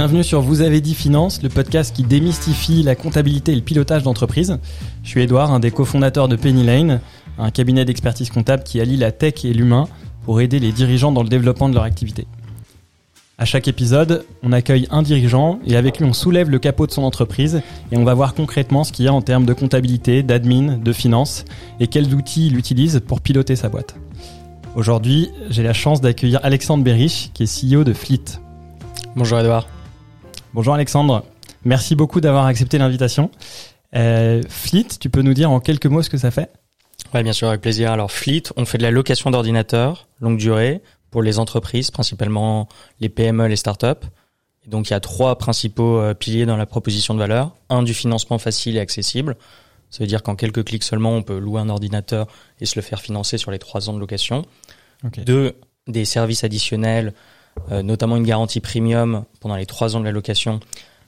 Bienvenue sur Vous avez dit finance, le podcast qui démystifie la comptabilité et le pilotage d'entreprise. Je suis Edouard, un des cofondateurs de Penny Lane, un cabinet d'expertise comptable qui allie la tech et l'humain pour aider les dirigeants dans le développement de leur activité. À chaque épisode, on accueille un dirigeant et avec lui on soulève le capot de son entreprise et on va voir concrètement ce qu'il y a en termes de comptabilité, d'admin, de finance et quels outils il utilise pour piloter sa boîte. Aujourd'hui, j'ai la chance d'accueillir Alexandre Berich, qui est CEO de Fleet. Bonjour Edouard. Bonjour Alexandre, merci beaucoup d'avoir accepté l'invitation. Fleet, tu peux nous dire en quelques mots ce que ça fait ? Oui, bien sûr, avec plaisir. Alors Fleet, on fait de la location d'ordinateurs longue durée pour les entreprises, principalement les PME, les startups. Et donc il y a 3 principaux piliers dans la proposition de valeur. Un, du financement facile et accessible. Ça veut dire qu'en quelques clics seulement, on peut louer un ordinateur et se le faire financer sur les 3 ans de location. Okay. 2, des services additionnels, notamment une garantie premium pendant les 3 ans de la location,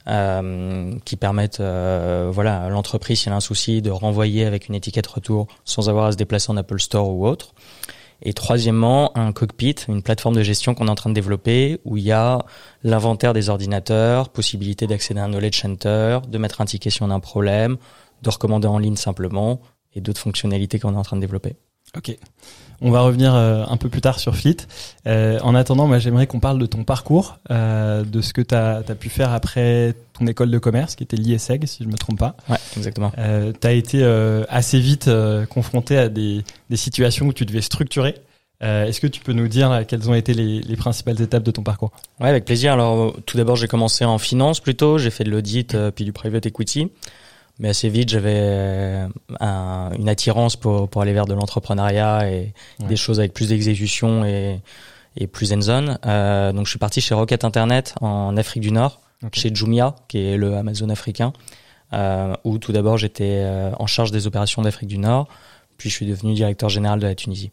qui permettent à l'entreprise, si elle a un souci, de renvoyer avec une étiquette retour sans avoir à se déplacer en Apple Store ou autre. Et troisièmement, un cockpit, une plateforme de gestion qu'on est en train de développer où il y a l'inventaire des ordinateurs, possibilité d'accéder à un knowledge center, de mettre un ticket si on a un problème, de recommander en ligne simplement et d'autres fonctionnalités qu'on est en train de développer. Ok. On va revenir un peu plus tard sur Fleet. En attendant, moi, j'aimerais qu'on parle de ton parcours, de ce que tu as pu faire après ton école de commerce, qui était l'IESEG, si je me trompe pas. Ouais, exactement. Tu as été assez vite confronté à des situations où tu devais structurer. Est-ce que tu peux nous dire quelles ont été les principales étapes de ton parcours ? Ouais, avec plaisir. Alors, tout d'abord, j'ai commencé en finance plutôt. J'ai fait de l'audit, puis du private equity. Mais assez vite, j'avais une attirance pour aller vers de l'entrepreneuriat et des choses avec plus d'exécution et plus hands-on. Donc, je suis parti chez Rocket Internet en Afrique du Nord, chez Jumia, qui est le Amazon africain, où tout d'abord, j'étais en charge des opérations d'Afrique du Nord, puis je suis devenu directeur général de la Tunisie.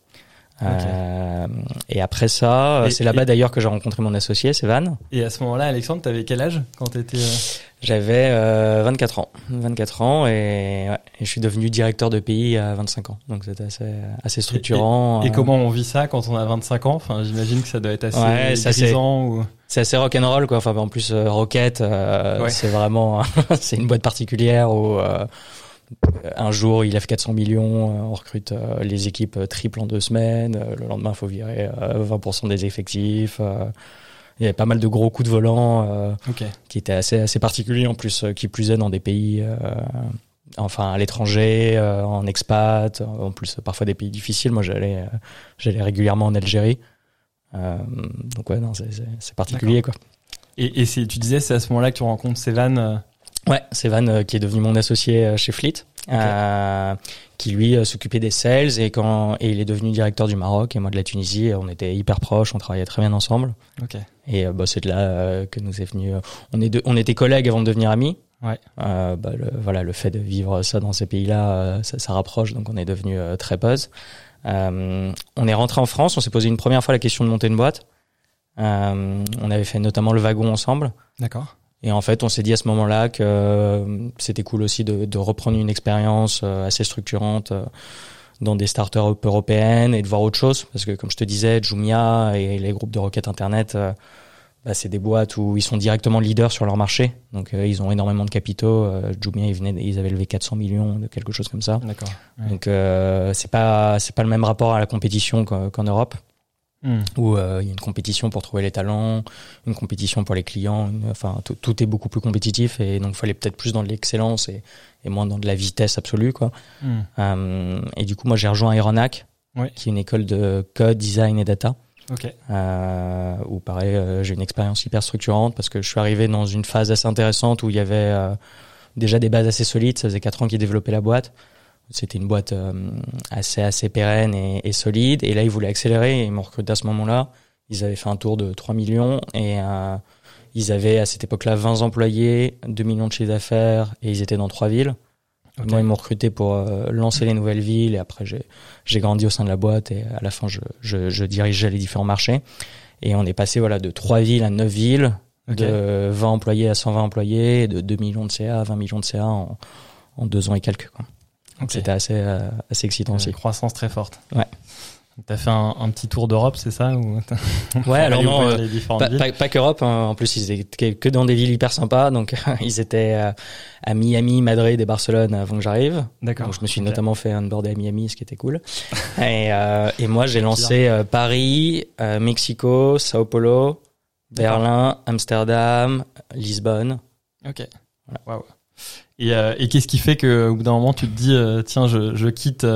Et après ça, c'est là-bas d'ailleurs que j'ai rencontré mon associé, c'est Van. Et à ce moment-là, Alexandre, t'avais quel âge quand t'étais J'avais 24 ans et je suis devenu directeur de pays à 25 ans. Donc c'était assez structurant. Et comment on vit ça quand on a 25 ans ? Enfin, j'imagine que ça doit être assez grisant. C'est assez rock'n'roll quoi. Enfin en plus Rocket, c'est vraiment c'est une boîte particulière où un jour, il lève 400 millions, on recrute les équipes triple en 2 semaines. Le lendemain, il faut virer 20% des effectifs. Il y avait pas mal de gros coups de volant qui étaient assez particuliers en plus, qui plus est dans des pays, à l'étranger, en expat, en plus parfois des pays difficiles. Moi, j'allais régulièrement en Algérie. Donc ouais, non, c'est particulier. D'accord. Quoi. Et tu disais, c'est à ce moment-là que tu rencontres Sévan Ouais, c'est Van qui est devenu mon associé chez Fleet, qui lui s'occupait des sales et il est devenu directeur du Maroc et moi de la Tunisie. On était hyper proches, on travaillait très bien ensemble. Okay. Et c'est de là que nous est venu. On était collègues avant de devenir amis. Ouais. Le fait de vivre ça dans ces pays-là, ça rapproche, donc on est devenu très potes. On est rentré en France, on s'est posé une première fois la question de monter une boîte. On avait fait notamment le wagon ensemble. D'accord. Et en fait, on s'est dit à ce moment-là que c'était cool aussi de reprendre une expérience assez structurante dans des startups européennes et de voir autre chose. Parce que comme je te disais, Jumia et les groupes de Rocket Internet, c'est des boîtes où ils sont directement leaders sur leur marché. Donc ils ont énormément de capitaux. Jumia, ils avaient levé 400 millions, de quelque chose comme ça. D'accord. Ouais. Donc c'est pas le même rapport à la compétition qu'en Europe. Où il y a une compétition pour trouver les talents, une compétition pour les clients, tout est beaucoup plus compétitif et donc il fallait peut-être plus dans de l'excellence et moins dans de la vitesse absolue quoi. Et du coup moi j'ai rejoint Aeronac, qui est une école de code, design et data. Okay. Où pareil j'ai une expérience hyper structurante parce que je suis arrivé dans une phase assez intéressante où il y avait déjà des bases assez solides. Ça faisait 4 ans qu'ils développaient la boîte. C'était une boîte assez pérenne et solide. Et là, ils voulaient accélérer et ils m'ont recruté à ce moment-là. Ils avaient fait un tour de 3 millions et ils avaient à cette époque-là 20 employés, 2 millions de chiffre d'affaires et ils étaient dans 3 villes. Okay. Moi, ils m'ont recruté pour lancer les nouvelles villes et après, j'ai grandi au sein de la boîte et à la fin, je dirigeais les différents marchés. Et on est passé de 3 villes à 9 villes, de 20 employés à 120 employés, de 2 millions de CA à 20 millions de CA en 2 ans et quelques, quoi. Donc c'était assez excitant aussi. Une croissance très forte. Ouais. T'as fait un petit tour d'Europe, c'est ça ou Ouais, alors non, pas qu'Europe. Hein. En plus, ils étaient que dans des villes hyper sympas. Donc, ils étaient à Miami, Madrid et Barcelone avant que j'arrive. D'accord. Donc, je me suis notamment fait onboarder à Miami, ce qui était cool. Et moi, j'ai lancé Paris, Mexico, Sao Paulo, Berlin, Amsterdam, Lisbonne. Ok. Voilà. Wow. Et qu'est-ce qui fait que au bout d'un moment, tu te dis tiens, je quitte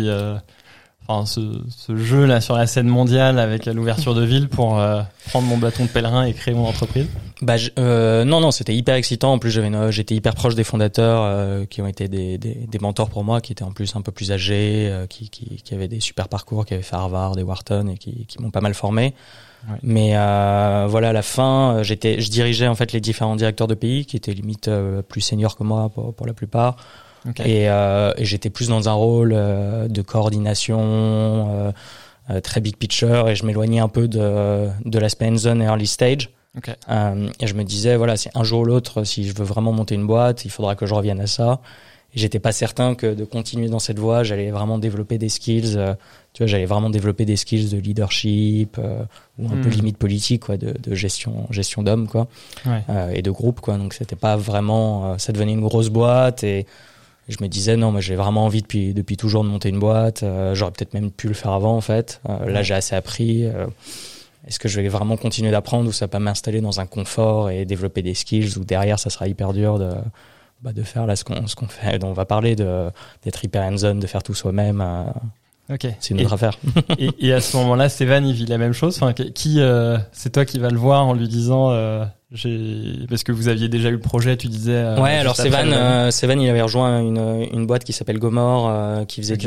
ce jeu là sur la scène mondiale avec l'ouverture de ville pour prendre mon bâton de pèlerin et créer mon entreprise? Non, c'était hyper excitant. En plus, j'étais hyper proche des fondateurs qui ont été des mentors pour moi, qui étaient en plus un peu plus âgés, qui avaient des super parcours, qui avaient fait Harvard et Wharton et qui m'ont pas mal formé. Ouais. Mais voilà, à la fin, je dirigeais en fait les différents directeurs de pays qui étaient limite plus seniors que moi pour la plupart. Okay. Et j'étais plus dans un rôle de coordination, très big picture, et je m'éloignais un peu de l'aspect hands-on et early stage. Okay. Et je me disais, voilà, c'est un jour ou l'autre, si je veux vraiment monter une boîte, il faudra que je revienne à ça. Et j'étais pas certain que de continuer dans cette voie, j'allais vraiment développer des skills, j'allais vraiment développer des skills de leadership, ou un peu limite politique, quoi, de gestion d'hommes, quoi, ouais. Et de groupe, quoi. Donc c'était pas vraiment, ça devenait une grosse boîte et je me disais non, mais j'ai vraiment envie depuis toujours de monter une boîte. J'aurais peut-être même pu le faire avant en fait. Là, j'ai assez appris. Est-ce que je vais vraiment continuer d'apprendre ou ça va pas m'installer dans un confort et développer des skills où derrière ça sera hyper dur de faire là ce qu'on fait. Donc on va parler d'être hyper hands-on, de faire tout soi-même. Okay. C'est une autre affaire. et à ce moment-là, Sévan, il vit la même chose. Enfin, c'est toi qui vas le voir en lui disant. Parce que vous aviez déjà eu le projet, tu disais. Ouais, alors Sévan, il avait rejoint une boîte qui s'appelle Gomor, qui faisait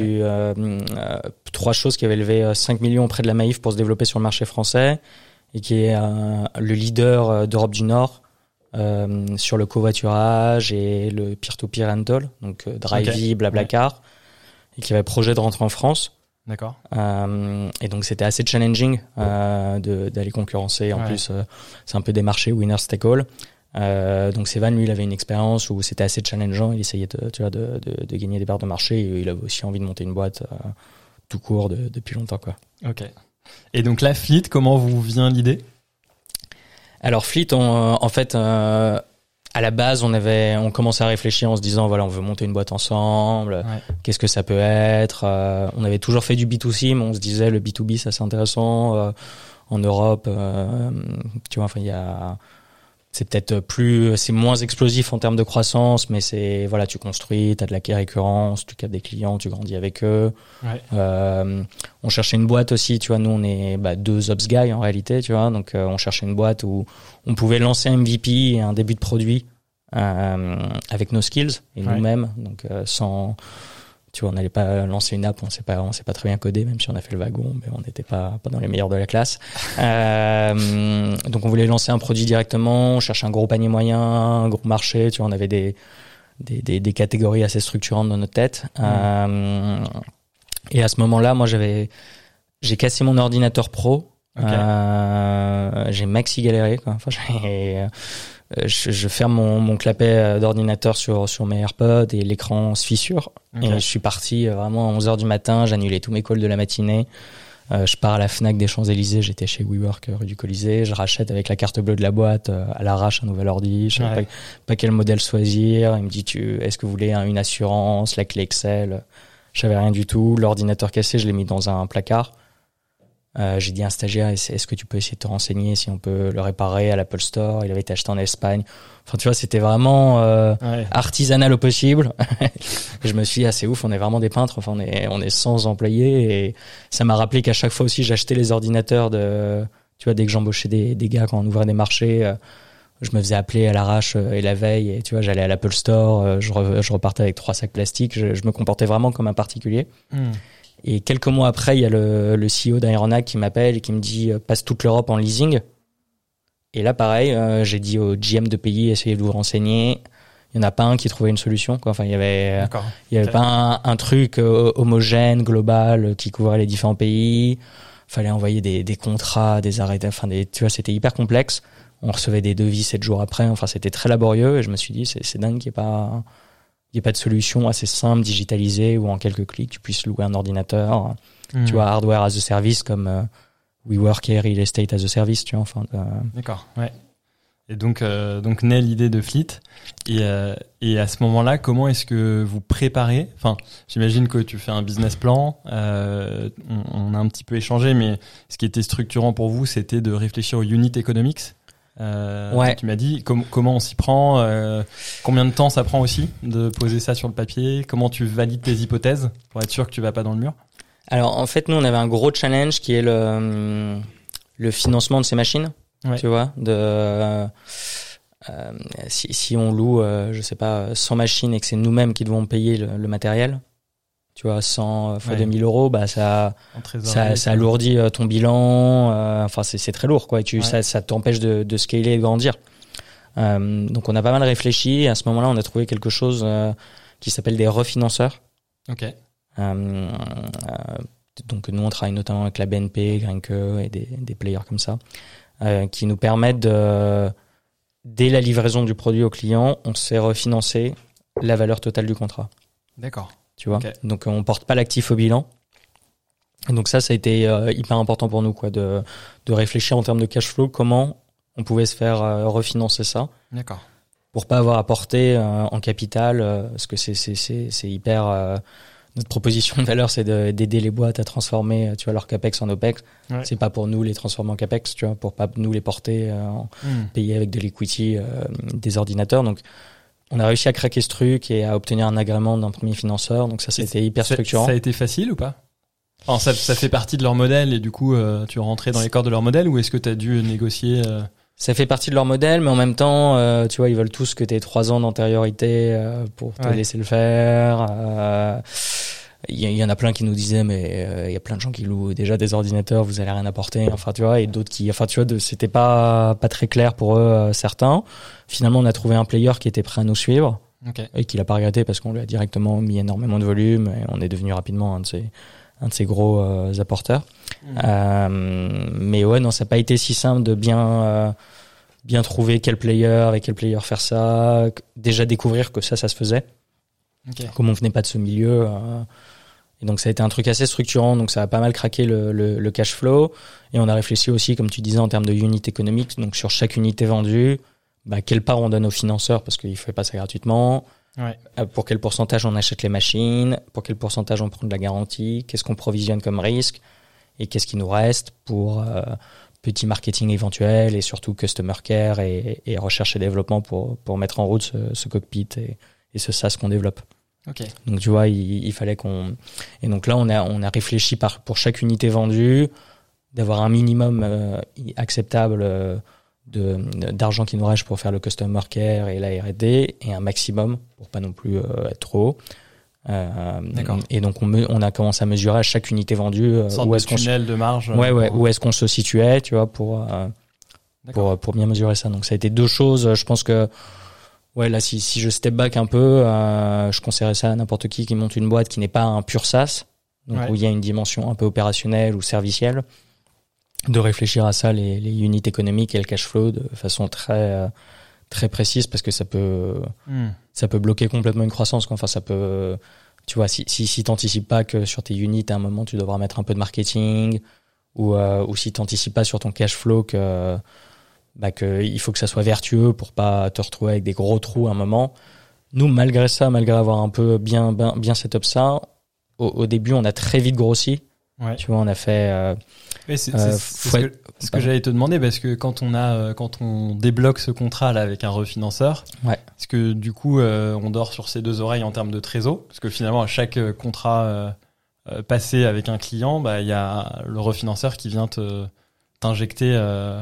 trois choses, qui avait levé 5 millions auprès de la Maïf pour se développer sur le marché français et qui est le leader d'Europe du Nord sur le covoiturage et le peer-to-peer rental, donc Drivey, Blablacar, et qui avait projet de rentrer en France. D'accord. Et donc c'était assez challenging d'aller concurrencer. En plus, c'est un peu des marchés winner take all. Donc Sévan, lui, il avait une expérience où c'était assez challengeant. Il essayait de gagner des parts de marché. Et il avait aussi envie de monter une boîte tout court depuis longtemps, quoi. Ok. Et donc là, Fleet, comment vous vient l'idée? Alors Fleet, en fait. À la base, on commençait à réfléchir en se disant, voilà, on veut monter une boîte ensemble. Ouais. Qu'est-ce que ça peut être? On avait toujours fait du B2C, mais on se disait, le B2B, ça c'est intéressant. En Europe, tu vois, enfin, c'est peut-être c'est moins explosif en termes de croissance, mais voilà, tu construis, t'as de la récurrence, tu captes des clients, tu grandis avec eux. Ouais. On cherchait une boîte aussi, tu vois, nous on est deux ops guys en réalité, tu vois, donc on cherchait une boîte où on pouvait lancer un MVP et un début de produit avec nos skills et nous-mêmes, donc sans, tu vois, on n'allait pas lancer une app, on sait pas très bien coder, même si on a fait le wagon, mais on n'était pas dans les meilleurs de la classe. Donc on voulait lancer un produit directement, on cherchait un gros panier moyen, un gros marché, tu vois, on avait des catégories assez structurantes dans notre tête. Et à ce moment-là, moi j'ai cassé mon ordinateur pro. Okay. J'ai maxi galéré, quoi. Enfin, je ferme mon clapet d'ordinateur sur mes AirPods et l'écran se fissure. Okay. Et je suis parti vraiment à 11h du matin, j'annulais tous mes calls de la matinée. Je pars à la Fnac des Champs-Élysées, j'étais chez WeWork rue du Colisée, je rachète avec la carte bleue de la boîte à l'arrache un nouvel ordi, je savais pas quel modèle choisir. Il me dit est-ce que vous voulez une assurance, la clé Excel? J'avais rien du tout, l'ordinateur cassé, je l'ai mis dans un placard. J'ai dit à un stagiaire, est-ce que tu peux essayer de te renseigner si on peut le réparer à l'Apple Store? Il avait été acheté en Espagne. Enfin, tu vois, c'était vraiment artisanal au possible. Et je me suis dit, c'est ouf, on est vraiment des peintres. Enfin, on est 100 employés. Et ça m'a rappelé qu'à chaque fois aussi, j'achetais les ordinateurs tu vois, dès que j'embauchais des gars quand on ouvrait des marchés, je me faisais appeler à l'arrache et la veille. Et tu vois, j'allais à l'Apple Store, je repartais avec 3 sacs plastiques. Je me comportais vraiment comme un particulier. Et quelques mois après, il y a le CEO d'Aeronac qui m'appelle et qui me dit passe toute l'Europe en leasing. Et là, pareil, j'ai dit au GM de pays essayez de vous renseigner. Il y en a pas un qui trouvait une solution, quoi. Enfin, il y avait pas un truc homogène, global, qui couvrait les différents pays. Fallait envoyer des contrats, des arrêts, enfin tu vois, c'était hyper complexe. On recevait des devis 7 jours après. Enfin, c'était très laborieux. Et je me suis dit c'est dingue qu'il n'y ait pas il n'y a pas de solution assez simple, digitalisée, où en quelques clics, tu puisses louer un ordinateur. Tu vois, hardware as a service comme WeWork et Real Estate as a service, tu vois. Enfin, D'accord, ouais. Et donc naît l'idée de Fleet. Et à ce moment-là, comment est-ce que vous préparez? Enfin, j'imagine que tu fais un business plan. On a un petit peu échangé, mais ce qui était structurant pour vous, c'était de réfléchir aux unit economics. Tu m'as dit comment on s'y prend, combien de temps ça prend aussi de poser ça sur le papier, comment tu valides tes hypothèses pour être sûr que tu vas pas dans le mur. Alors en fait, nous on avait un gros challenge qui est le financement de ces machines. Ouais. Tu vois, si on loue, je sais pas, 100 machines et que c'est nous-mêmes qui devons payer le matériel, tu vois, 100 fois 2000 euros, bah ça alourdit ton bilan. Enfin, c'est très lourd, quoi. Et ça t'empêche de scaler et de grandir. Donc, on a pas mal réfléchi. Et à ce moment-là, on a trouvé quelque chose qui s'appelle des refinanceurs. Ok. Donc, nous, on travaille notamment avec la BNP, Grenke et des players comme ça, qui nous permettent dès la livraison du produit au client, on sait refinancer la valeur totale du contrat. D'accord. Tu vois. Okay. Donc on porte pas l'actif au bilan. Et donc ça a été hyper important pour nous, quoi, de réfléchir en termes de cash flow, comment on pouvait se faire refinancer ça. D'accord. Pour pas avoir à porter en capital, parce que c'est hyper. Notre proposition de valeur, c'est d'aider les boîtes à transformer, tu vois, leur capex en opex. Ouais. C'est pas pour nous les transformer en capex, tu vois, pour pas nous les porter, payer avec de l'equity des ordinateurs. Donc on a réussi à craquer ce truc et à obtenir un agrément d'un premier financeur. Donc ça, c'était hyper structurant. Ça a été facile ou pas? Alors, ça fait partie de leur modèle et du coup, tu rentrais dans les cordes de leur modèle, ou est-ce que tu as dû négocier Ça fait partie de leur modèle, mais en même temps, tu vois, ils veulent tous que tu aies 3 ans d'antériorité pour te laisser le faire. Il y en a plein qui nous disaient, mais il y a plein de gens qui louent déjà des ordinateurs, vous allez rien apporter. Enfin, tu vois, et d'autres qui, enfin, tu vois, c'était pas très clair pour eux, certains. Finalement, on a trouvé un player qui était prêt à nous suivre. Okay. Et qui l'a pas regretté parce qu'on lui a directement mis énormément de volume et on est devenu rapidement un de ces gros apporteurs. Mais ouais, non, ça n'a pas été si simple de bien trouver quel player, avec quel player faire ça, déjà découvrir que ça se faisait. Okay. Comme on venait pas de ce milieu. Et donc ça a été un truc assez structurant, donc ça a pas mal craqué le cash flow. Et on a réfléchi aussi, comme tu disais, en termes de unit économique, donc sur chaque unité vendue, quelle part on donne aux financeurs, parce qu'il fait pas ça gratuitement. Ouais. Pour quel pourcentage on achète les machines, pour quel pourcentage on prend de la garantie, qu'est-ce qu'on provisionne comme risque et qu'est-ce qui nous reste pour petit marketing éventuel et surtout customer care et recherche et développement pour mettre en route ce cockpit et ce SaaS qu'on développe. Okay. Donc tu vois, il fallait qu'on... Et donc là, on a réfléchi pour chaque unité vendue d'avoir un minimum acceptable d'argent qui nous reste pour faire le customer care et la R&D et un maximum pour pas non plus être trop haut. Et donc on a commencé à mesurer à chaque unité vendue où est-ce tunnel de marge. Où est-ce qu'on se situait, tu vois, pour bien mesurer ça. Donc ça a été 2 choses. Je pense que là si je step back un peu, je conseillerais ça à n'importe qui monte une boîte qui n'est pas un pur SaaS, donc où il y a une dimension un peu opérationnelle ou servicielle, de réfléchir à ça, les unités économiques et le cash flow de façon très très précise, parce que ça peut bloquer complètement une croissance, quoi. Enfin, ça peut, tu vois, si t'anticipes pas que sur tes unités à un moment tu devras mettre un peu de marketing, ou si t'anticipes pas sur ton cash flow que il faut que ça soit vertueux pour pas te retrouver avec des gros trous à un moment. Nous, malgré avoir un peu bien set-up ça, au début on a très vite grossi. Ouais. Tu vois, on a fait. C'est ce que j'allais te demander, parce que quand on débloque ce contrat là avec un refinanceur, est-ce que du coup on dort sur ses 2 oreilles en termes de trésor, parce que finalement à chaque contrat passé avec un client, il y a le refinanceur qui vient t'injecter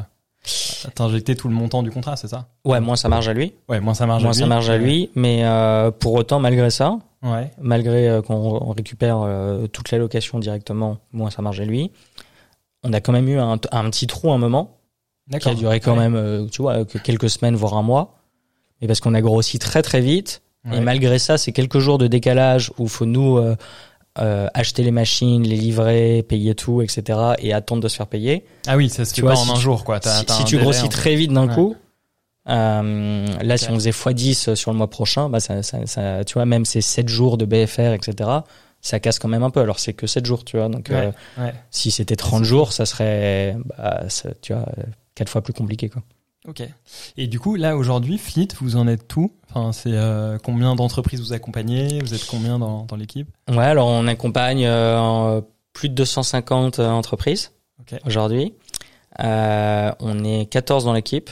tout le montant du contrat, c'est ça? Ouais, moins ça marge à lui. Ouais, moins ça marge à lui. Mais pour autant, malgré ça, malgré qu'on récupère toute l'allocation directement, moins ça marge à lui, on a quand même eu un petit trou à un moment. D'accord. Qui a duré quand même, tu vois, quelques semaines, voire un mois. Mais parce qu'on a grossi très très vite. Et malgré ça, c'est quelques jours de décalage où il faut nous acheter les machines, les livrer, payer tout, etc. et attendre de se faire payer. Ah oui, ça se fait pas en un jour, quoi. Si tu grossis très vite d'un coup, Là, si on faisait x10 sur le mois prochain, bah ça, tu vois, même ces 7 jours de BFR, etc., ça casse quand même un peu. Alors, c'est que 7 jours, tu vois. Donc, si c'était 30 jours, ça serait, tu vois, 4 fois plus compliqué, quoi. Ok. Et du coup, là, aujourd'hui, Fleet, vous en êtes où? Enfin, c'est combien d'entreprises vous accompagnez? Vous êtes combien dans l'équipe? Ouais, alors on accompagne plus de 250 entreprises aujourd'hui. On est 14 dans l'équipe.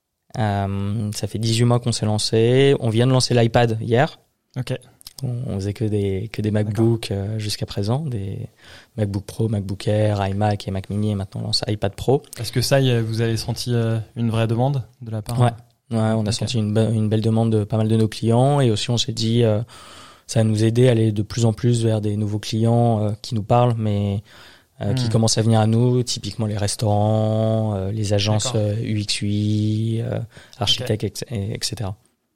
Ça fait 18 mois qu'on s'est lancé. On vient de lancer l'iPad hier. Ok. On faisait que des MacBooks jusqu'à présent, des MacBook Pro, MacBook Air, iMac et Mac Mini, et maintenant on lance iPad Pro. Est-ce que ça, vous avez senti une vraie demande de la part? Ouais, on a senti une belle demande de pas mal de nos clients, et aussi on s'est dit ça va nous aider à aller de plus en plus vers des nouveaux clients qui nous parlent, mais qui commencent à venir à nous, typiquement les restaurants, les agences UX UI, architectes, etc.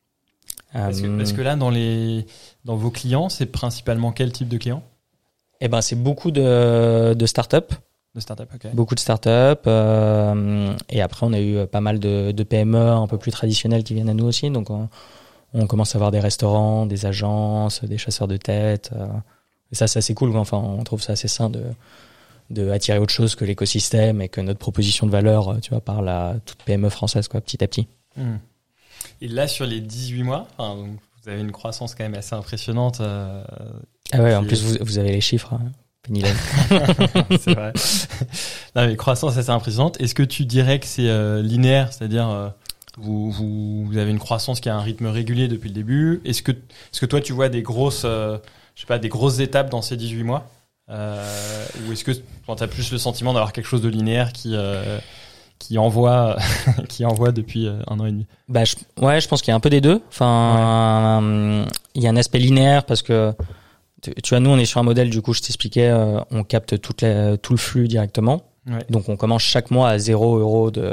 Est-ce que là, dans vos clients, c'est principalement quel type de clients? Eh ben, c'est beaucoup de startups. De startups, ok. Beaucoup de startups. Et après, on a eu pas mal de PME un peu plus traditionnelles qui viennent à nous aussi. Donc, on commence à avoir des restaurants, des agences, des chasseurs de tête. Et ça, c'est assez cool. Enfin, on trouve ça assez sain de attirer autre chose que l'écosystème, et que notre proposition de valeur, tu vois, parle à toute PME française, quoi, petit à petit. Et là, sur les 18 mois, donc vous avez une croissance quand même assez impressionnante. Ah ouais, en plus, vous avez les chiffres, hein, Penny Lane. C'est vrai. Non, mais croissance assez impressionnante. Est-ce que tu dirais que c'est linéaire, c'est-à-dire vous avez une croissance qui a un rythme régulier depuis le début? Est-ce que toi, tu vois des grosses étapes dans ces 18 mois? Ou est-ce que tu as plus le sentiment d'avoir quelque chose de linéaire qui envoie depuis 1 an et demi? Je pense qu'il y a un peu des deux. Enfin, il y a un aspect linéaire parce que tu vois, nous on est sur un modèle, du coup je t'expliquais, on capte tout le flux directement. Ouais. Donc on commence chaque mois à 0 €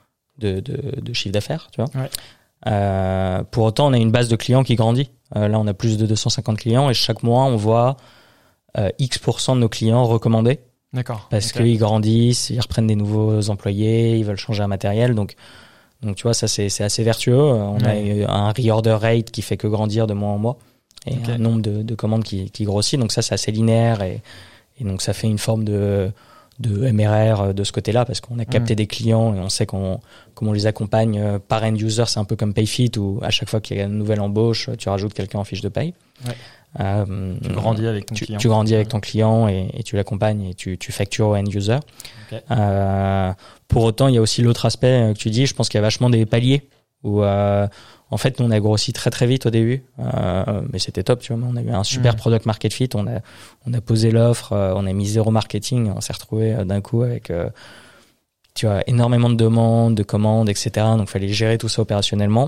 de chiffre d'affaires, tu vois. Ouais. Pour autant, on a une base de clients qui grandit. Là, on a plus de 250 clients, et chaque mois on voit X% de nos clients recommandés. D'accord. Parce qu'ils grandissent, ils reprennent des nouveaux employés, ils veulent changer un matériel. Donc tu vois, ça c'est assez vertueux. On a un reorder rate qui fait que grandir de mois en mois, et un nombre de commandes qui grossit. Donc ça, c'est assez linéaire, et donc ça fait une forme de MRR de ce côté-là, parce qu'on a capté des clients et on sait comment on les accompagne par end user. C'est un peu comme PayFit, où à chaque fois qu'il y a une nouvelle embauche, tu rajoutes quelqu'un en fiche de paye. Ouais. Tu grandis avec ton client. Tu grandis avec ton client, et tu l'accompagnes, et tu factures au end user. Okay. Pour autant, il y a aussi l'autre aspect que tu dis. Je pense qu'il y a vachement des paliers où en fait, nous, on a grossi très très vite au début, mais c'était top, tu vois. On a eu un super product market fit. On a posé l'offre, on a mis 0 marketing, on s'est retrouvé d'un coup avec tu vois, énormément de demandes, de commandes, etc. Donc, il fallait gérer tout ça opérationnellement.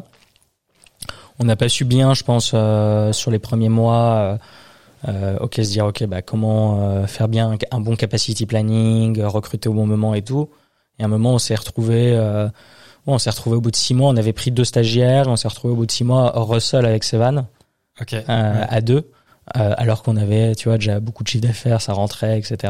On n'a pas su bien, je pense, sur les premiers mois, se dire, comment faire bien un bon capacity planning, recruter au bon moment et tout. Et à un moment, on s'est retrouvé au bout de 6 mois, on avait pris 2 stagiaires, on s'est retrouvé au bout de 6 mois hors seul avec Sevan, à 2, alors qu'on avait, tu vois, déjà beaucoup de chiffre d'affaires, ça rentrait, etc.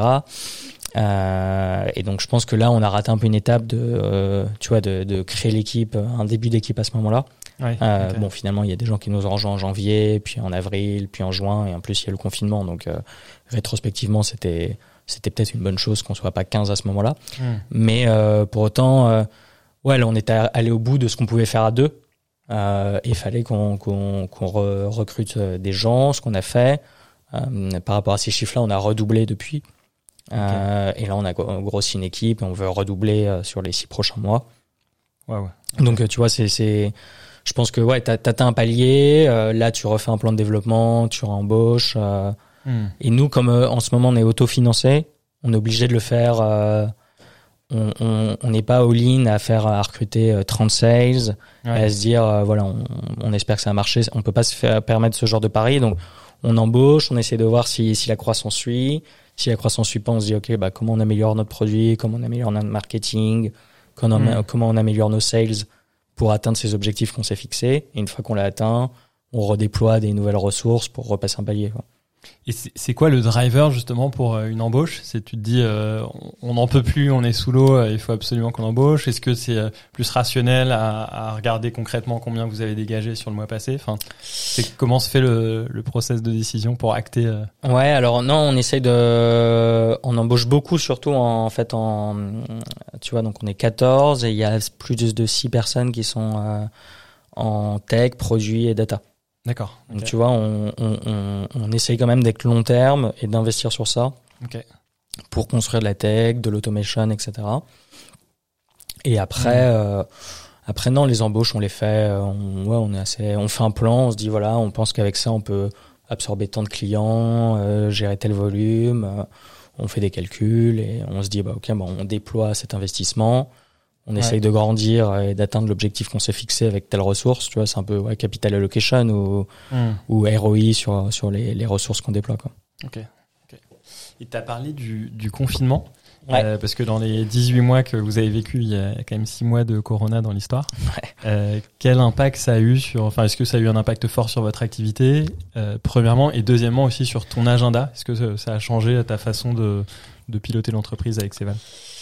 Et donc, je pense que là, on a raté un peu une étape de créer l'équipe, un début d'équipe à ce moment-là. Ouais, Bon, finalement, il y a des gens qui nous ont rejoints en janvier, puis en avril, puis en juin, et en plus, il y a le confinement. Donc, rétrospectivement, c'était peut-être une bonne chose qu'on soit pas 15 à ce moment-là. Mais pour autant, là, on était allé au bout de ce qu'on pouvait faire à 2. Et il fallait qu'on recrute des gens, ce qu'on a fait. Par rapport à ces chiffres-là, on a redoublé depuis. Et là, on a grossi une équipe, et on veut redoubler sur les 6 prochains mois. Ouais. Donc, tu vois, je pense que t'as atteint un palier. Là, tu refais un plan de développement, tu réembauches. Et nous, comme en ce moment on est autofinancé, on est obligé de le faire. On n'est pas all-in à recruter 30 sales, à se dire on espère que ça va marcher. On peut pas se permettre ce genre de pari. Donc on embauche, on essaie de voir si la croissance suit. Si la croissance suit pas, on se dit comment on améliore notre produit, comment on améliore notre marketing, comment on améliore nos sales pour atteindre ces objectifs qu'on s'est fixés. Et une fois qu'on l'a atteint, on redéploie des nouvelles ressources pour repasser un palier, quoi. Et c'est quoi le driver justement pour une embauche? C'est tu te dis on n'en peut plus, on est sous l'eau, il faut absolument qu'on embauche. Est-ce que c'est plus rationnel à regarder concrètement combien vous avez dégagé sur le mois passé? Enfin, c'est comment se fait le process de décision pour acter Ouais, alors non, on embauche beaucoup, surtout tu vois, donc on est 14 et il y a plus de 6 personnes qui sont en tech, produits et data. D'accord. Donc tu vois, on essaye quand même d'être long terme et d'investir sur ça pour construire de la tech, de l'automation, etc. Et après, non, les embauches, on les fait. On fait un plan. On se dit voilà, on pense qu'avec ça, on peut absorber tant de clients, gérer tel volume. On fait des calculs et on se dit on déploie cet investissement. On essaye de grandir et d'atteindre l'objectif qu'on s'est fixé avec telle ressource. Tu vois, c'est un peu capital allocation ou ROI sur les ressources qu'on déploie, quoi. Ok. Et t'as parlé du confinement, parce que dans les 18 mois que vous avez vécu, il y a quand même 6 mois de Corona dans l'histoire. Quel impact ça a eu est-ce que ça a eu un impact fort sur votre activité, premièrement, et deuxièmement aussi sur ton agenda? Est-ce que ça a changé ta façon de piloter l'entreprise avec Céval?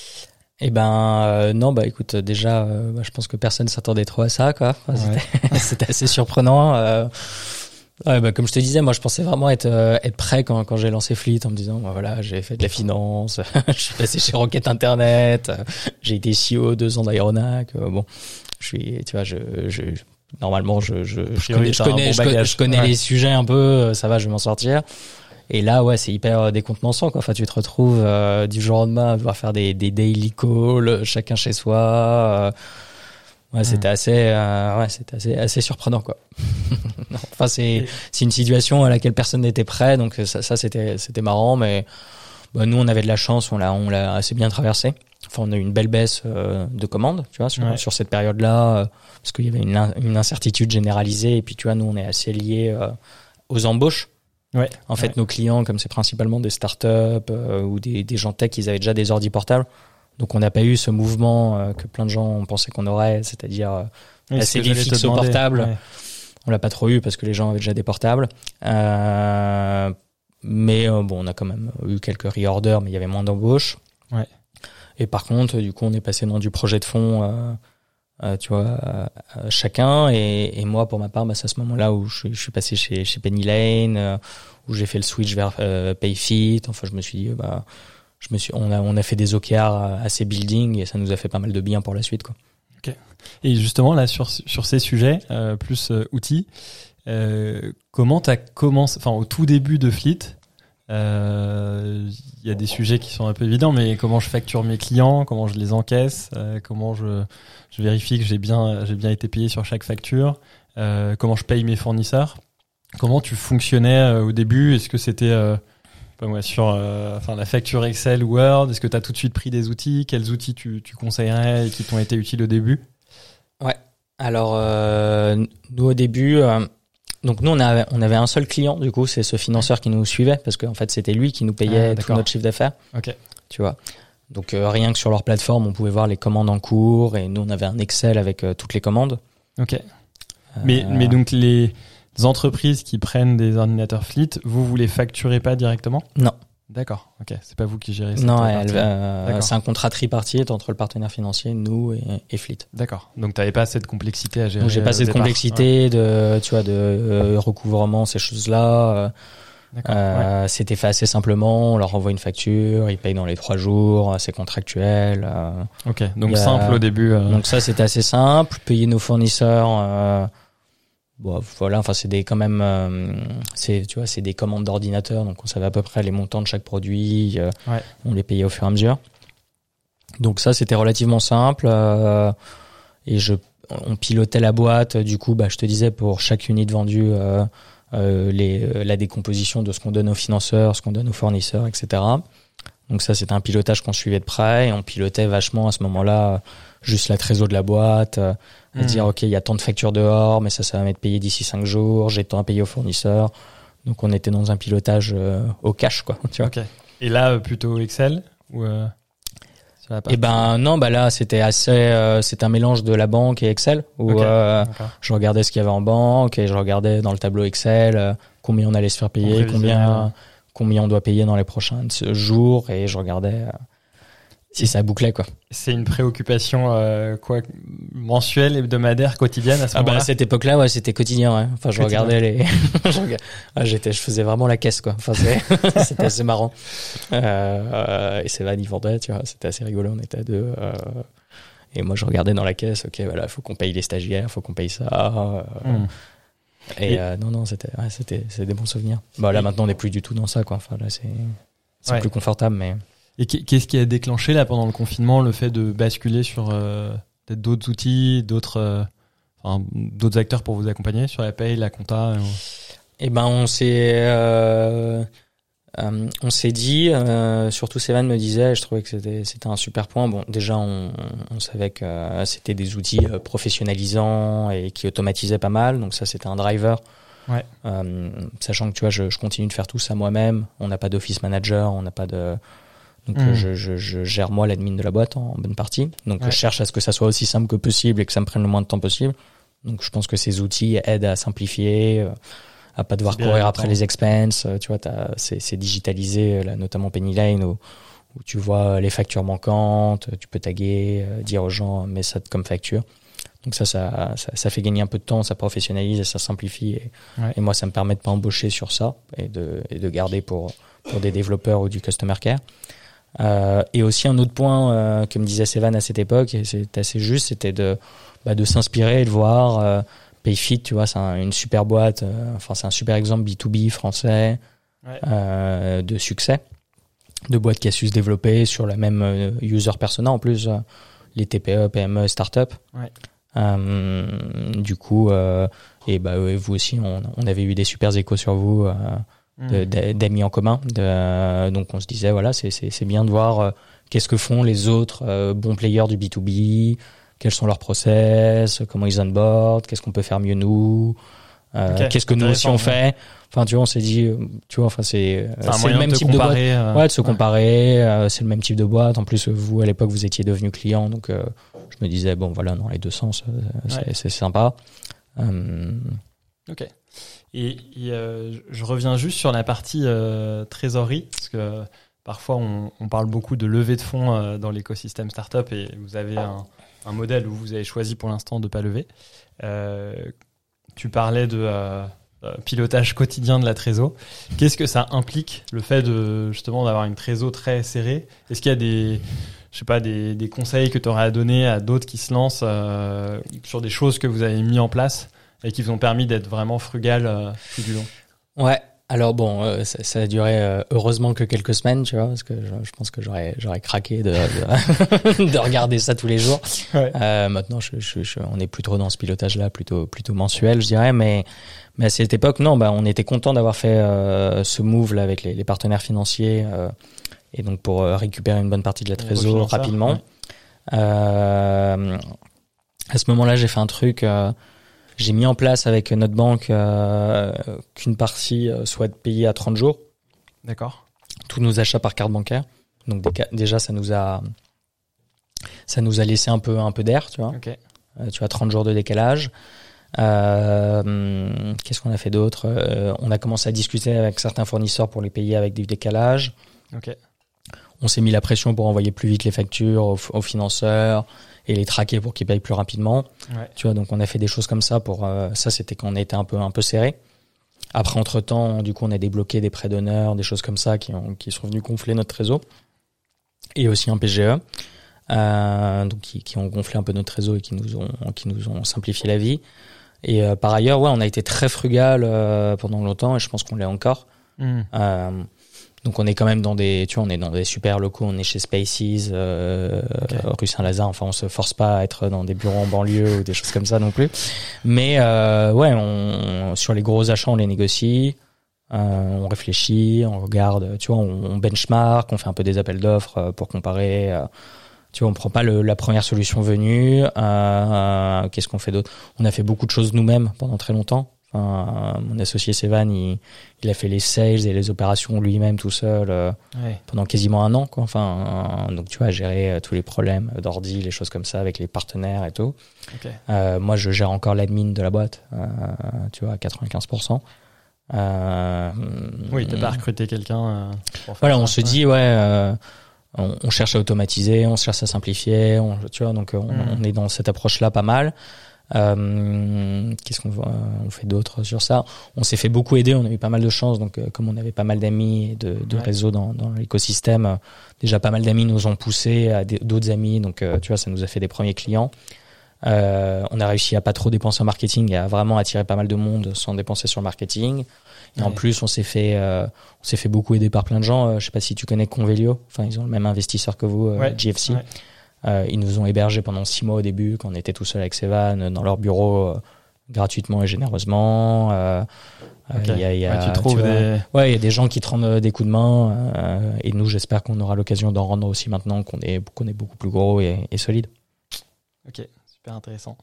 Non, écoute, déjà, je pense que personne s'attendait trop à ça, quoi. C'était assez surprenant. Comme je te disais, moi, je pensais vraiment être prêt quand j'ai lancé Fleet, en me disant, voilà, j'ai fait de la finance, je suis passé chez Rocket Internet, j'ai été CEO 2 ans d'Aeronac. Normalement, je connais les sujets un peu, ça va, je vais m'en sortir. Et là, c'est hyper décontenançant, quoi. Enfin, tu te retrouves du jour au lendemain à devoir faire des daily calls, chacun chez soi. C'était assez surprenant, quoi. Enfin, c'est une situation à laquelle personne n'était prêt, donc ça c'était marrant, mais nous on avait de la chance, on l'a assez bien traversé. Enfin, on a eu une belle baisse de commandes, tu vois, sur cette période-là, parce qu'il y avait une incertitude généralisée, et puis tu vois, nous on est assez liés aux embauches. En fait, nos clients, comme c'est principalement des startups ou des gens tech, ils avaient déjà des ordi portables. Donc, on n'a pas eu ce mouvement que plein de gens pensaient qu'on aurait, c'est-à-dire passer des fixes au portable. On l'a pas trop eu parce que les gens avaient déjà des portables. Mais on a quand même eu quelques reorders, mais il y avait moins d'embauches. Et par contre, du coup, on est passé dans du projet de fond, tu vois, chacun. Et moi, pour ma part, c'est à ce moment-là où je suis passé chez Penny Lane, où j'ai fait le switch vers Payfit. Enfin, je me suis dit, on a fait des OKR assez building et ça nous a fait pas mal de bien pour la suite, quoi. Ok. Et justement là sur ces sujets plus outils, comment t'as commencé? Enfin, au tout début de Fleet, il y a des sujets qui sont un peu évidents, mais comment je facture mes clients, comment je les encaisse, comment je vérifie que j'ai bien été payé sur chaque facture, comment je paye mes fournisseurs. Comment tu fonctionnais au début? Est-ce que c'était sur la facture Excel ou Word? Est-ce que tu as tout de suite pris des outils? Quels outils tu conseillerais et qui t'ont été utiles au début? Alors nous au début, donc nous on avait un seul client, du coup c'est ce financeur qui nous suivait parce qu'en fait c'était lui qui nous payait tout notre chiffre d'affaires. Tu vois. Donc rien que sur leur plateforme on pouvait voir les commandes en cours et nous on avait un Excel avec toutes les commandes. Mais donc les entreprises qui prennent des ordinateurs Fleet, vous les facturez pas directement? Non. D'accord, c'est pas vous qui gérez ça. Non, c'est un contrat tripartite entre le partenaire financier, nous et Fleet. D'accord. Donc t'avais pas cette complexité à gérer. Donc j'ai pas cette complexité de recouvrement, ces choses-là. C'était fait assez simplement. On leur envoie une facture, ils payent dans les 3 jours, c'est contractuel. Donc simple au début. Donc ça c'était assez simple. Payer nos fournisseurs. C'est des des commandes d'ordinateurs, donc on savait à peu près les montants de chaque produit, on les payait au fur et à mesure. Donc ça c'était relativement simple on pilotait la boîte, du coup je te disais pour chaque unité vendue la décomposition de ce qu'on donne aux financeurs, ce qu'on donne aux fournisseurs, etc. Donc ça c'était un pilotage qu'on suivait de près et on pilotait vachement à ce moment-là juste la trésor de la boîte, dire ok il y a tant de factures dehors mais ça va m'être payé d'ici 5 jours, j'ai tant à payer aux fournisseurs. Donc on était dans un pilotage au cash, quoi, tu vois. Et là plutôt Excel ou Et non, là c'était c'était un mélange de la banque et Excel où je regardais ce qu'il y avait en banque et je regardais dans le tableau Excel combien on allait se faire payer, combien on doit payer dans les prochains jours, et je regardais si ça bouclait, quoi. C'est une préoccupation mensuelle, hebdomadaire, quotidienne à ce moment-là. À cette époque-là, ouais, c'était quotidien, ouais. Enfin, je regardais les je faisais vraiment la caisse, quoi. Enfin, c'était assez marrant. Et Sévan, il vendait, tu vois, c'était assez rigolo, on était à deux. Et moi, je regardais dans la caisse, ok, voilà, faut qu'on paye les stagiaires, faut qu'on paye ça. Et non, c'est des bons souvenirs. Là, maintenant, on n'est plus du tout dans ça, quoi. Enfin, là, c'est plus confortable, mais. Et qu'est-ce qui a déclenché là pendant le confinement le fait de basculer sur peut-être d'autres outils, d'autres acteurs pour vous accompagner sur la paye, la compta? On s'est dit, surtout Sévan me disait, je trouvais que c'était un super point. Bon, déjà on savait que c'était des outils professionnalisants et qui automatisaient pas mal, donc ça c'était un driver. Ouais. Sachant que tu vois, je continue de faire tout ça moi-même. On n'a pas d'office manager, on n'a pas de donc je gère moi l'admin de la boîte en bonne partie. Donc je cherche à ce que ça soit aussi simple que possible et que ça me prenne le moins de temps possible. Donc je pense que ces outils aident à simplifier, à pas devoir courir après les expenses. Tu vois, c'est digitalisé, là, notamment Pennyline où tu vois les factures manquantes, tu peux taguer, dire aux gens mets ça comme facture. Donc ça fait gagner un peu de temps, ça professionnalise et ça simplifie. Et moi, ça me permet de pas embaucher sur ça et de garder pour des développeurs ou du customer care. Et aussi un autre point que me disait Sévan à cette époque, et c'est assez juste, c'était de s'inspirer et de voir Payfit, tu vois, c'est une super boîte, c'est un super exemple B2B français de succès, de boîte qui a su se développer sur la même user persona en plus, les TPE, PME, start-up. Du coup, vous aussi, on avait eu des super échos sur vous. D'amis en commun, donc on se disait voilà, c'est bien de voir qu'est-ce que font les autres bons players du B2B, quels sont leurs process, comment ils onboard, qu'est-ce qu'on peut faire mieux nous, qu'est-ce que nous aussi on fait. Enfin, tu vois, on s'est dit, tu vois, enfin c'est le même type de boîte, de se comparer, c'est le même type de boîte. En plus, vous à l'époque vous étiez devenu client, donc je me disais bon voilà, dans les deux sens, c'est sympa. Ok. Et je reviens juste sur la partie trésorerie, parce que parfois on parle beaucoup de levée de fonds dans l'écosystème startup, et vous avez un modèle où vous avez choisi pour l'instant de ne pas lever. Tu parlais de pilotage quotidien de la trésor. Qu'est-ce que ça implique, le fait justement d'avoir une trésor très serrée? Est-ce qu'il y a des conseils que tu aurais à donner à d'autres qui se lancent sur des choses que vous avez mis en place et qui vous ont permis d'être vraiment frugal tout du long? Ouais, alors bon, ça a duré heureusement que quelques semaines, tu vois, parce que je pense que j'aurais craqué de regarder ça tous les jours. Maintenant, on est plus trop dans ce pilotage-là, plutôt mensuel, je dirais, mais à cette époque, non, on était content d'avoir fait ce move là avec les partenaires financiers, et donc pour récupérer une bonne partie de la trésor rapidement. À ce moment-là, j'ai fait un truc. J'ai mis en place avec notre banque qu'une partie soit payée à 30 jours. D'accord. Tous nos achats par carte bancaire. Donc déjà, ça nous a laissé un peu d'air, tu vois. Okay. Tu vois, 30 jours de décalage. Qu'est-ce qu'on a fait d'autre? On a commencé à discuter avec certains fournisseurs pour les payer avec des décalages. Okay. On s'est mis la pression pour envoyer plus vite les factures aux financeurs et les traquer pour qu'ils payent plus rapidement. Tu vois, donc on a fait des choses comme ça pour ça, c'était quand on était un peu serré. Après, entre-temps, du coup, on a débloqué des prêts d'honneur, des choses comme ça qui sont venus gonfler notre réseau, et aussi un PGE, donc qui ont gonflé un peu notre réseau et qui nous ont simplifié la vie. Et par ailleurs, on a été très frugal pendant longtemps, et je pense qu'on l'est encore. Donc on est quand même on est dans des super locaux, on est chez Spaces, rue Saint-Lazare, enfin on se force pas à être dans des bureaux en banlieue ou des choses comme ça non plus. Mais sur les gros achats, on les négocie, on réfléchit, on regarde, tu vois, on benchmark, on fait un peu des appels d'offres pour comparer. Tu vois, on prend pas la première solution venue. Qu'est-ce qu'on fait d'autre? On a fait beaucoup de choses nous-mêmes pendant très longtemps. Enfin, mon associé Sévan, il a fait les sales et les opérations lui-même tout seul pendant quasiment 1 an, quoi. Enfin, donc tu vois, gérer tous les problèmes d'ordi, les choses comme ça avec les partenaires et tout. Okay. Moi, je gère encore l'admin de la boîte, tu vois, à 95%. Oui, t'as pas recruté quelqu'un. Voilà, on se dit, on cherche à automatiser, on cherche à simplifier, tu vois, donc on est dans cette approche-là pas mal. Qu'est-ce qu'on on fait d'autre sur ça? On s'est fait beaucoup aider, on a eu pas mal de chance, donc comme on avait pas mal d'amis et de réseaux dans l'écosystème, déjà pas mal d'amis nous ont poussé à d'autres amis, donc tu vois, ça nous a fait des premiers clients. On a réussi à pas trop dépenser en marketing et à vraiment attirer pas mal de monde sans dépenser sur le marketing. Et en plus, on s'est fait beaucoup aider par plein de gens. Je sais pas si tu connais Convelio. Enfin, ils ont le même investisseur que vous, GFC. Ils nous ont hébergés pendant 6 mois au début, quand on était tout seul avec Sévan, dans leur bureau, gratuitement et généreusement. Okay. Il y a des gens qui te rendent des coups de main. Et nous, j'espère qu'on aura l'occasion d'en rendre aussi maintenant qu'on est beaucoup plus gros et solide. Ok, super intéressant.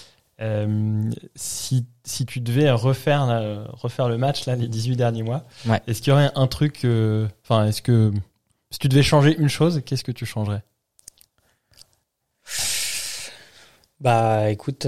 Si tu devais refaire le match là, les 18 derniers mois, est-ce qu'il y aurait un truc, est-ce que si tu devais changer une chose, qu'est-ce que tu changerais? Bah écoute,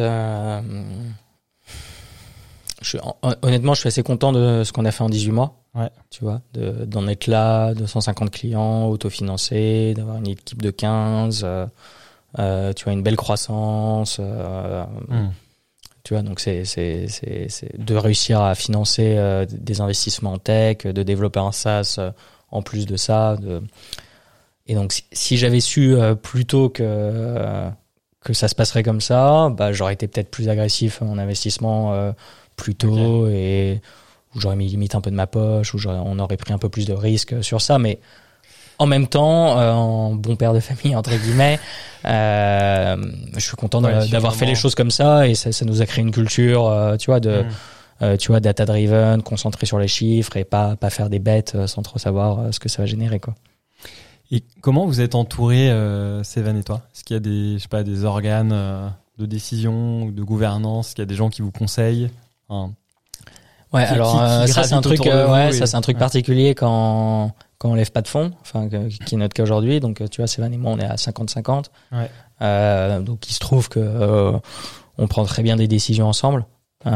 honnêtement, je suis assez content de ce qu'on a fait en 18 mois. Tu vois, d'en être là, de 150 clients autofinancés, d'avoir une équipe de 15, tu vois, une belle croissance. Tu vois, donc c'est de réussir à financer des investissements en tech, de développer un SaaS en plus de ça. Et donc si j'avais su plus tôt que ça se passerait comme ça, bah j'aurais été peut-être plus agressif en investissement plus tôt et où j'aurais mis limite un peu de ma poche, où on aurait pris un peu plus de risques sur ça, mais en même temps, en bon père de famille entre guillemets, je suis content d'avoir fait les choses comme ça et ça nous a créé une culture, tu vois, tu vois, data driven, concentré sur les chiffres et pas faire des bêtes sans trop savoir ce que ça va générer, quoi. Et comment vous êtes entourés, Sévan et toi? Est-ce qu'il y a des organes de décision ou de gouvernance? Est-ce qu'il y a des gens qui vous conseillent? Ça c'est un truc, c'est un truc particulier quand on lève pas de fonds, qui est notre cas aujourd'hui. Donc tu vois, Sévan et moi, on est à 50-50. Donc il se trouve que on prend très bien des décisions ensemble. Tu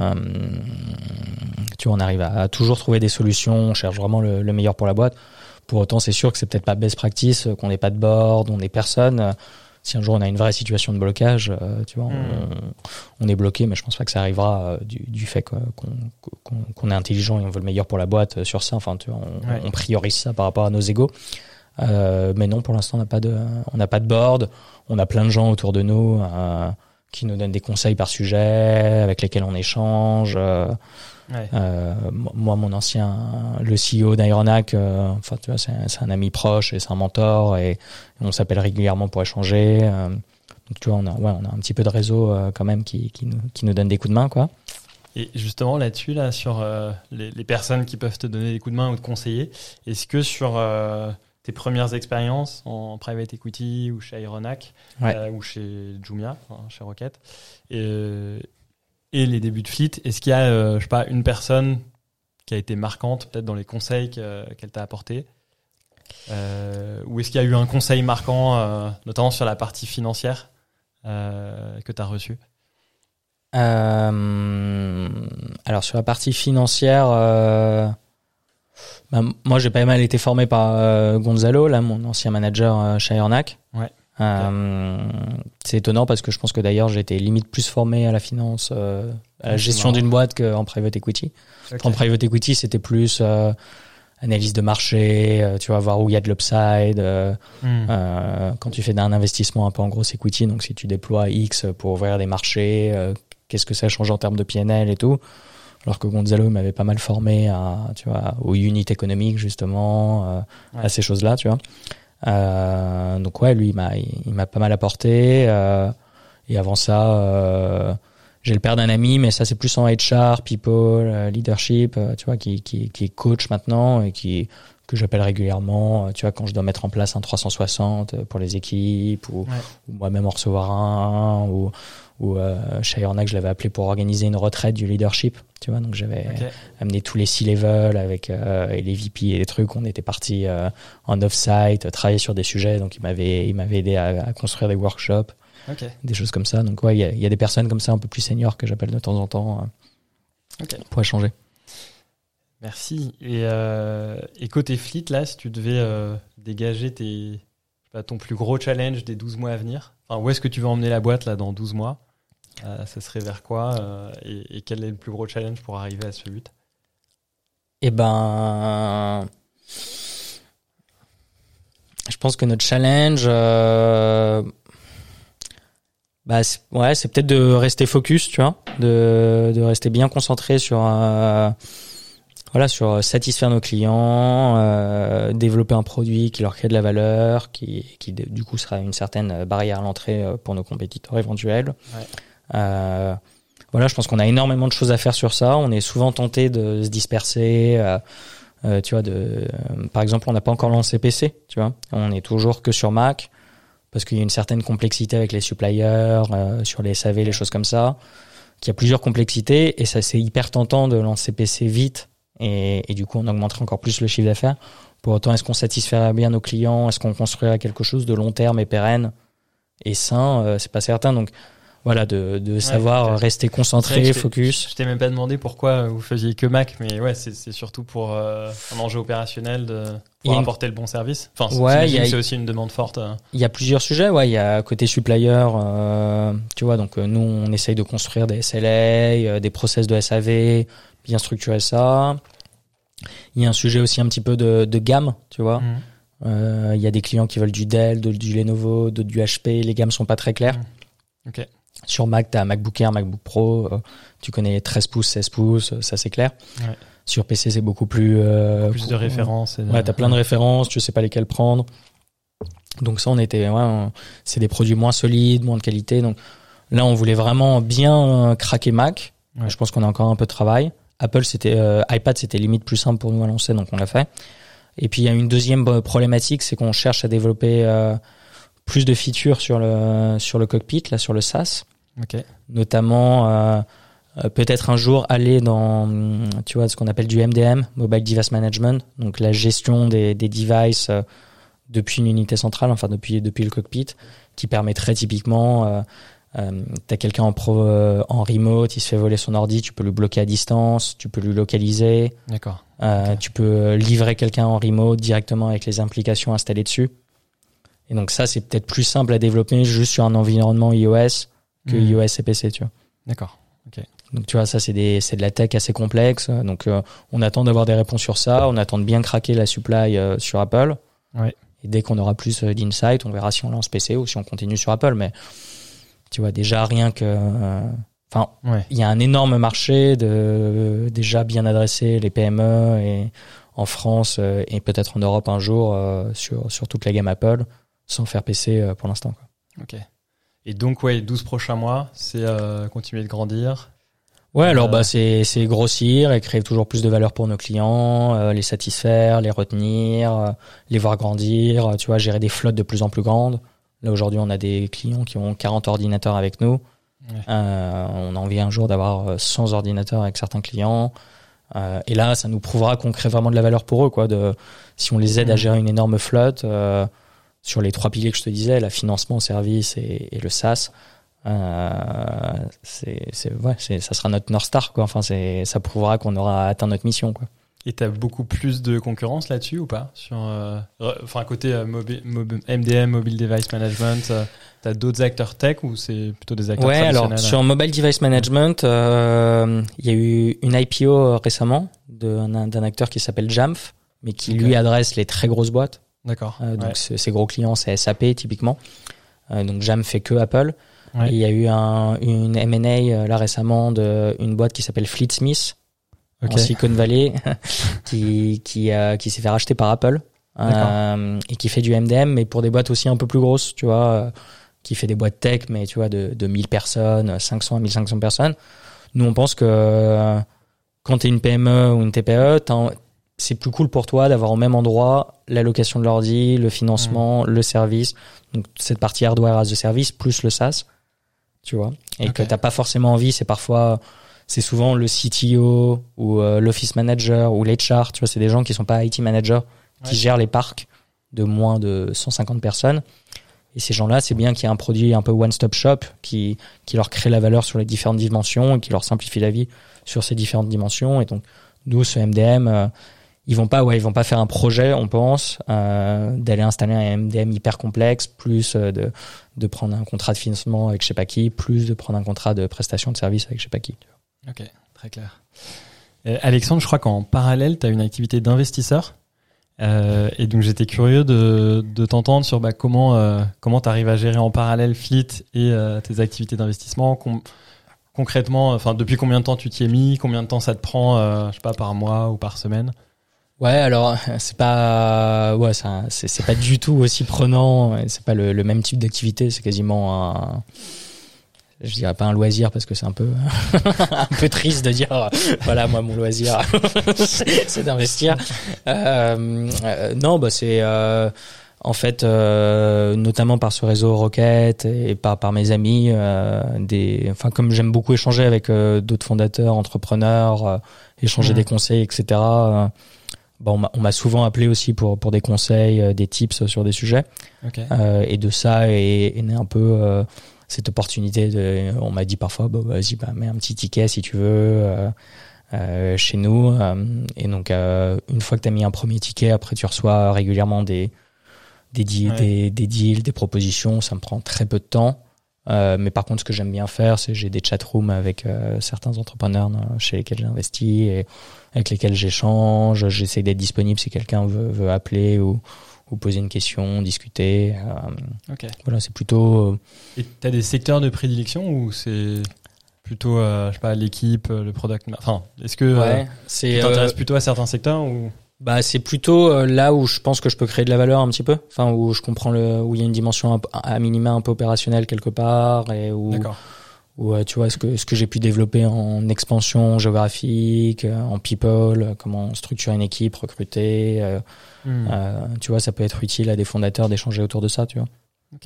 vois, on arrive à toujours trouver des solutions. On cherche vraiment le meilleur pour la boîte. Pour autant, c'est sûr que c'est peut-être pas best practice, qu'on n'ait pas de board, on n'est personne. Si un jour on a une vraie situation de blocage, tu vois, on est bloqué, mais je pense pas que ça arrivera du fait qu'on est intelligent et on veut le meilleur pour la boîte sur ça. Enfin, tu vois, on priorise ça par rapport à nos égos. Mais non, pour l'instant, on n'a pas de board. On a plein de gens autour de nous qui nous donnent des conseils par sujet, avec lesquels on échange. Moi, mon ancien, le CEO d'Ironac, tu vois, c'est un ami proche et c'est un mentor et on s'appelle régulièrement pour échanger. Donc tu vois, on a un petit peu de réseau quand même qui nous donne des coups de main, quoi. Et justement là-dessus, sur les personnes qui peuvent te donner des coups de main ou te conseiller, est-ce que sur tes premières expériences en private equity ou chez Ironac ou chez Jumia, chez Rocket, et les débuts de Fleet, est-ce qu'il y a, une personne qui a été marquante, peut-être dans les conseils qu'elle t'a apportés, ou est-ce qu'il y a eu un conseil marquant, notamment sur la partie financière, que tu as reçu? Alors sur la partie financière, moi j'ai pas mal été formé par Gonzalo, là, mon ancien manager chez Ironac. C'est étonnant parce que je pense que d'ailleurs j'ai été limite plus formé à la finance, à la gestion d'une boîte qu'en private equity. En private equity, c'était plus analyse de marché, tu vas voir où il y a de l'upside. Quand tu fais un investissement un peu en grosse equity, donc si tu déploies X pour ouvrir des marchés, qu'est-ce que ça change en termes de PNL et tout. Alors que Gonzalo m'avait pas mal formé aux unités économiques justement, à ces choses-là, tu vois. Donc lui il m'a pas mal apporté et avant ça j'ai le père d'un ami, mais ça c'est plus en HR, people, leadership, tu vois, qui est coach maintenant et qui j'appelle régulièrement, tu vois, quand je dois mettre en place un 360 pour les équipes ou moi-même en recevoir un ou chez Ayornac, je l'avais appelé pour organiser une retraite du leadership, tu vois, donc j'avais amené tous les C-level avec et les VP et les trucs, on était partis en off-site, travailler sur des sujets, donc il m'avait aidé à construire des workshops, des choses comme ça, donc il y a des personnes comme ça un peu plus seniors que j'appelle de temps en temps pour échanger. Merci. Et côté fleet, là, si tu devais dégager ton plus gros challenge des 12 mois à venir, enfin, où est-ce que tu veux emmener la boîte là dans 12 mois, ça serait vers quoi et quel est le plus gros challenge pour arriver à ce but? Eh ben, je pense que notre challenge, c'est peut-être de rester focus, tu vois, de rester bien concentré sur sur satisfaire nos clients, développer un produit qui leur crée de la valeur, qui du coup sera une certaine barrière à l'entrée pour nos compétiteurs éventuels. Je pense qu'on a énormément de choses à faire sur ça. On est souvent tenté de se disperser. Tu vois, par exemple, on n'a pas encore lancé PC. Tu vois, on est toujours que sur Mac parce qu'il y a une certaine complexité avec les suppliers, sur les SAV, les choses comme ça. Qu'il y a plusieurs complexités et ça c'est hyper tentant de lancer PC vite. Et du coup, on augmenterait encore plus le chiffre d'affaires. Pour autant, est-ce qu'on satisfera bien nos clients? Est-ce qu'on construira quelque chose de long terme et pérenne et sain? C'est pas certain. Donc, voilà, de savoir rester concentré, focus. Je t'ai même pas demandé pourquoi vous faisiez que Mac, mais c'est surtout pour un enjeu opérationnel pour apporter le bon service. Enfin, c'est aussi une demande forte. Il y a plusieurs sujets. Il y a côté supplier, tu vois. Donc nous, on essaye de construire des SLA, des process de SAV, bien structurer ça. Il y a un sujet aussi un petit peu de gamme, tu vois. Il y a des clients qui veulent du Dell, du Lenovo, du HP. Les gammes sont pas très claires. Ok. Sur Mac, tu as MacBook Air, MacBook Pro, tu connais 13 pouces, 16 pouces, ça c'est clair. Ouais. Sur PC, c'est beaucoup plus... plus de références. Ouais, tu as plein de références, tu sais pas lesquelles prendre. Donc ça, c'est des produits moins solides, moins de qualité. Donc là, on voulait vraiment bien craquer Mac. Ouais. Je pense qu'on a encore un peu de travail. Apple, iPad, c'était limite plus simple pour nous à lancer, donc on l'a fait. Et puis il y a une deuxième problématique, c'est qu'on cherche à développer... plus de features sur le cockpit, là, sur le SaaS. Okay. Notamment, peut-être un jour aller dans, tu vois, ce qu'on appelle du MDM, Mobile Device Management. Donc, la gestion des devices depuis une unité centrale, enfin, depuis le cockpit, qui permettrait typiquement, t'as quelqu'un en remote, il se fait voler son ordi, tu peux le bloquer à distance, tu peux lui localiser. D'accord. Tu peux livrer quelqu'un en remote directement avec les implications installées dessus. Et donc ça, c'est peut-être plus simple à développer juste sur un environnement iOS que iOS et PC, tu vois. D'accord. Ok. Donc tu vois, ça c'est de la tech assez complexe. Donc on attend d'avoir des réponses sur ça. On attend de bien craquer la supply sur Apple. Ouais. Et dès qu'on aura plus d'insight, on verra si on lance PC ou si on continue sur Apple. Mais tu vois, déjà rien que... il y a un énorme marché déjà bien adressé, les PME et en France et peut-être en Europe un jour sur toute la gamme Apple, sans faire PC pour l'instant, quoi. Ok. Et donc, 12 prochains mois, c'est continuer de grandir. Ouais, alors c'est grossir et créer toujours plus de valeur pour nos clients, les satisfaire, les retenir, les voir grandir, tu vois, gérer des flottes de plus en plus grandes. Là, aujourd'hui, on a des clients qui ont 40 ordinateurs avec nous. Ouais. On a envie un jour d'avoir 100 ordinateurs avec certains clients. Et là, ça nous prouvera qu'on crée vraiment de la valeur pour eux, quoi. Si on les aide à gérer une énorme flotte, sur les 3 piliers que je te disais, la financement, service et le SaaS, ça sera notre North Star, quoi. Enfin, ça prouvera qu'on aura atteint notre mission, quoi. Et t'as beaucoup plus de concurrence là-dessus ou pas? Sur, côté MDM, Mobile Device Management, t'as d'autres acteurs tech ou c'est plutôt des acteurs traditionnels? Alors sur Mobile Device Management, il y a eu une IPO récemment d'un acteur qui s'appelle Jamf, mais qui lui adresse les très grosses boîtes. D'accord. Donc ses gros clients, c'est SAP typiquement. Donc Jamf fait que Apple. Ouais. Et il y a eu une M&A là récemment d'une boîte qui s'appelle Fleetsmith. En Silicon Valley, qui s'est fait racheter par Apple, et qui fait du MDM, mais pour des boîtes aussi un peu plus grosses, tu vois, qui fait des boîtes tech, mais tu vois, de 1000 personnes, 500 à 1500 personnes. Nous, on pense que quand t'es une PME ou une TPE, c'est plus cool pour toi d'avoir au même endroit l'allocation de l'ordi, le financement, le service, donc cette partie hardware as a service plus le SaaS, tu vois, et que t'as pas forcément envie, c'est souvent le CTO ou l'office manager ou l'HR, tu vois, c'est des gens qui sont pas IT managers, qui gèrent les parcs de moins de 150 personnes. Et ces gens-là, c'est bien qu'il y ait un produit un peu one-stop shop qui leur crée la valeur sur les différentes dimensions et qui leur simplifie la vie sur ces différentes dimensions. Et donc, nous, ce MDM, ils vont pas faire un projet, on pense, d'aller installer un MDM hyper complexe, plus de prendre un contrat de financement avec je sais pas qui, plus de prendre un contrat de prestation de service avec je sais pas qui. Ok, très clair. Alexandre, je crois qu'en parallèle, tu as une activité d'investisseur. Et donc j'étais curieux de t'entendre sur comment tu arrives à gérer en parallèle Fleet et tes activités d'investissement. Concrètement, enfin depuis combien de temps tu t'y es mis, combien de temps ça te prend, je sais pas, par mois ou par semaine? Ouais, alors c'est pas du tout aussi prenant, c'est pas le même type d'activité, c'est quasiment je dirais pas un loisir parce que c'est un peu un peu triste de dire voilà, moi mon loisir c'est d'investir. Non, c'est en fait notamment par ce réseau Rocket et par mes amis, comme j'aime beaucoup échanger avec d'autres fondateurs, entrepreneurs, échanger des conseils, etc. On m'a souvent appelé aussi pour des conseils, des tips sur des sujets. Et de ça est né un peu cette opportunité on m'a dit parfois vas-y mets un petit ticket si tu veux chez nous, et donc une fois que tu as mis un premier ticket, après tu reçois régulièrement des deals, des propositions. Ça me prend très peu de temps, mais par contre ce que j'aime bien faire, c'est j'ai des chatrooms avec certains entrepreneurs chez lesquels j'investis et avec lesquels j'échange. J'essaie d'être disponible si quelqu'un veut appeler ou poser une question, discuter. Voilà, c'est plutôt... Et t'as des secteurs de prédilection ou c'est plutôt, je sais pas, l'équipe, le product... Enfin, est-ce que tu t'intéresses plutôt à certains secteurs ou... C'est plutôt là où je pense que je peux créer de la valeur un petit peu. Enfin, où je comprends où il y a une dimension à minima un peu opérationnelle quelque part et où... D'accord. Ou tu vois ce que j'ai pu développer en expansion géographique, en people, comment structurer une équipe, recruter. Tu vois, ça peut être utile à des fondateurs d'échanger autour de ça, tu vois.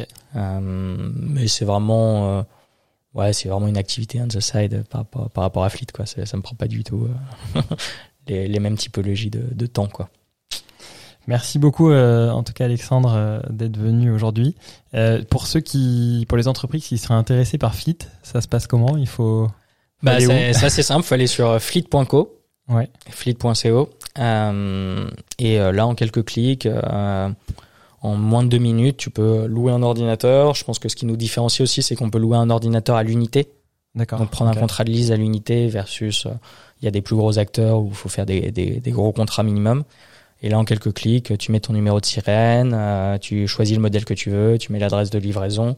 Mais c'est vraiment c'est vraiment une activité on the side par rapport à Fleet, quoi. Ça me prend pas du tout les mêmes typologies de temps, quoi. Merci beaucoup, en tout cas Alexandre, d'être venu aujourd'hui. Pour les entreprises qui seraient intéressées par Fleet, ça se passe comment? Il faut ça c'est simple, faut aller sur fleet.co, fleet.co, et là en quelques clics, en moins de 2 minutes, tu peux louer un ordinateur. Je pense que ce qui nous différencie aussi, c'est qu'on peut louer un ordinateur à l'unité. D'accord. Donc prendre un contrat de lease à l'unité versus il y a des plus gros acteurs où il faut faire des gros contrats minimum. Et là, en quelques clics, tu mets ton numéro de sirène, tu choisis le modèle que tu veux, tu mets l'adresse de livraison.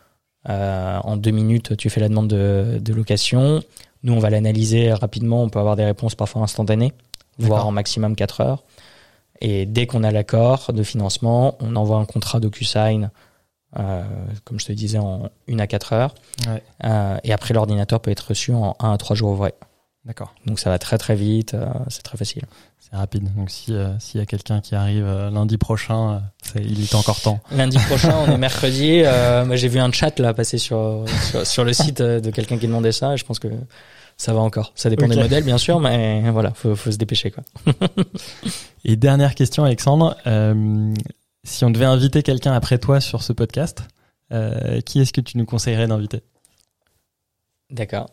En 2 minutes, tu fais la demande de location. Nous, on va l'analyser rapidement. On peut avoir des réponses parfois instantanées, voire en maximum 4 heures. Et dès qu'on a l'accord de financement, on envoie un contrat DocuSign, comme je te disais, en 1 à 4 heures. Et après, l'ordinateur peut être reçu en 1 à 3 jours ouvrés. D'accord. Donc ça va très très vite, c'est très facile. C'est rapide. Donc s'il y a quelqu'un qui arrive lundi prochain, il est encore temps. Lundi prochain, on est mercredi. Moi, j'ai vu un chat là passer sur le site de quelqu'un qui demandait ça. Et je pense que ça va encore. Ça dépend des modèles, bien sûr, mais voilà, faut se dépêcher, quoi. Et dernière question, Alexandre. Si on devait inviter quelqu'un après toi sur ce podcast, qui est-ce que tu nous conseillerais d'inviter? D'accord.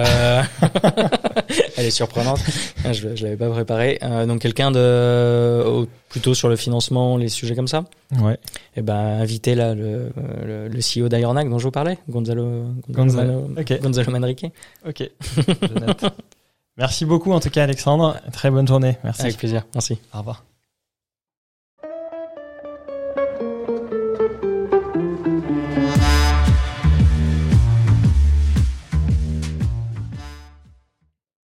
Elle est surprenante. Je l'avais pas préparé. Donc quelqu'un plutôt sur le financement, les sujets comme ça. Ouais. Et inviter là le CEO d'Ironhack dont je vous parlais, Gonzalo Manrique. Ok. Je note. Merci beaucoup en tout cas, Alexandre. Très bonne journée. Merci. Avec plaisir. Merci. Au revoir.